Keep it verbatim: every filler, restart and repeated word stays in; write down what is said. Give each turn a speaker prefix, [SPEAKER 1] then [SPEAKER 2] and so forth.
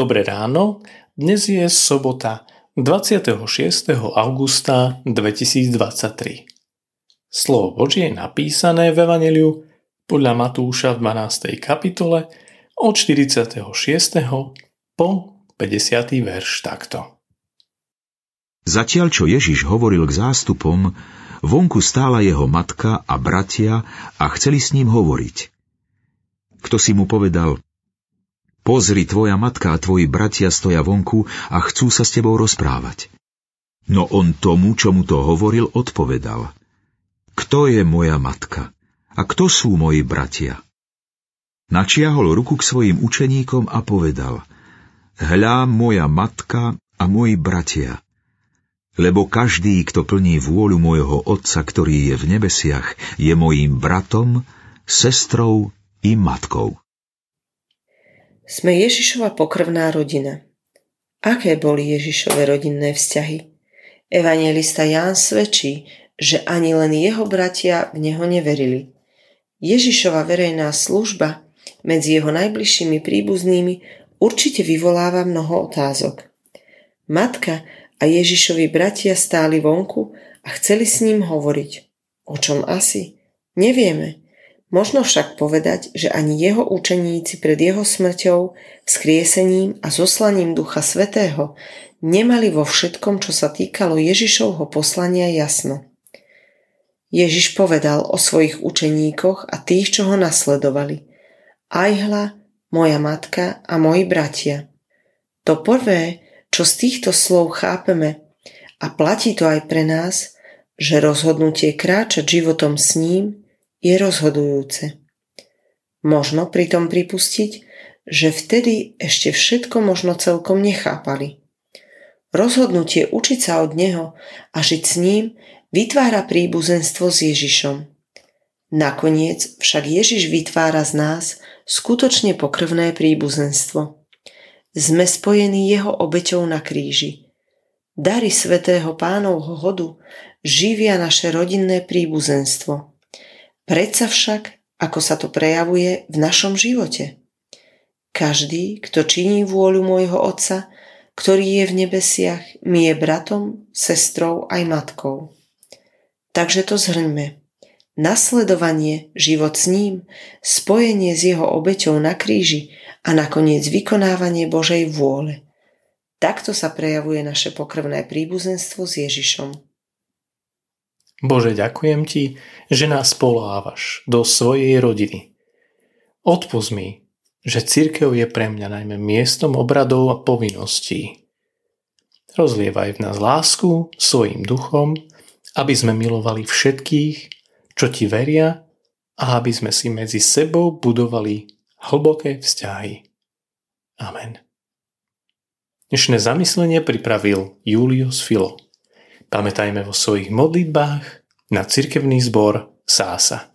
[SPEAKER 1] Dobré ráno, dnes je sobota dvadsiateho šiesteho augusta dvetisícdvadsaťtri. Slovo Božie je napísané v Evanjeliu podľa Matúša v dvanástej kapitole od štyridsiateho šiesteho po päťdesiaty verš takto.
[SPEAKER 2] Zatiaľ, čo Ježiš hovoril k zástupom, vonku stála jeho matka a bratia a chceli s ním hovoriť. Kto si mu povedal: Pozri, tvoja matka a tvoji bratia stoja vonku a chcú sa s tebou rozprávať. No on tomu, čo mu to hovoril, odpovedal: Kto je moja matka? A kto sú moji bratia? Načiahol ruku k svojim učeníkom a povedal: Hľa, moja matka a moji bratia. Lebo každý, kto plní vôľu môjho Otca, ktorý je v nebesiach, je mojím bratom, sestrou i matkou.
[SPEAKER 3] Sme Ježišova pokrvná rodina. Aké boli Ježišove rodinné vzťahy? Evanjelista Ján svedčí, že ani len jeho bratia v neho neverili. Ježišova verejná služba medzi jeho najbližšími príbuznými určite vyvoláva mnoho otázok. Matka a Ježišovi bratia stáli vonku a chceli s ním hovoriť. O čom asi? Nevieme. Možno však povedať, že ani jeho učeníci pred jeho smrťou, vzkriesením a zoslaním Ducha Svätého nemali vo všetkom, čo sa týkalo Ježišovho poslania, jasno. Ježiš povedal o svojich učeníkoch a tých, čo ho nasledovali: Aj hľa, moja matka a moji bratia. To prvé, čo z týchto slov chápeme, a platí to aj pre nás, že rozhodnutie kráčať životom s ním je rozhodujúce. Možno pritom pripustiť, že vtedy ešte všetko možno celkom nechápali. Rozhodnutie učiť sa od neho a žiť s ním vytvára príbuzenstvo s Ježišom. Nakoniec však Ježiš vytvára z nás skutočne pokrvné príbuzenstvo. Sme spojení jeho obeťou na kríži. Dary svätého Pánovho hodu živia naše rodinné príbuzenstvo. Predsa však, ako sa to prejavuje v našom živote. Každý, kto činí vôľu môjho Otca, ktorý je v nebesiach, mi je bratom, sestrou aj matkou. Takže to zhrňme. Nasledovanie, život s ním, spojenie s jeho obeťou na kríži a nakoniec vykonávanie Božej vôle. Takto sa prejavuje naše pokrvné príbuzenstvo s Ježišom.
[SPEAKER 1] Bože, ďakujem Ti, že nás povolávaš do svojej rodiny. Odpusť mi, že cirkev je pre mňa najmä miestom obradov a povinností. Rozlievaj v nás lásku svojim duchom, aby sme milovali všetkých, čo Ti veria, a aby sme si medzi sebou budovali hlboké vzťahy. Amen. Dnešné zamyslenie pripravil Julius Filo. Pamätajme vo svojich modlitbách na cirkevný zbor Sása.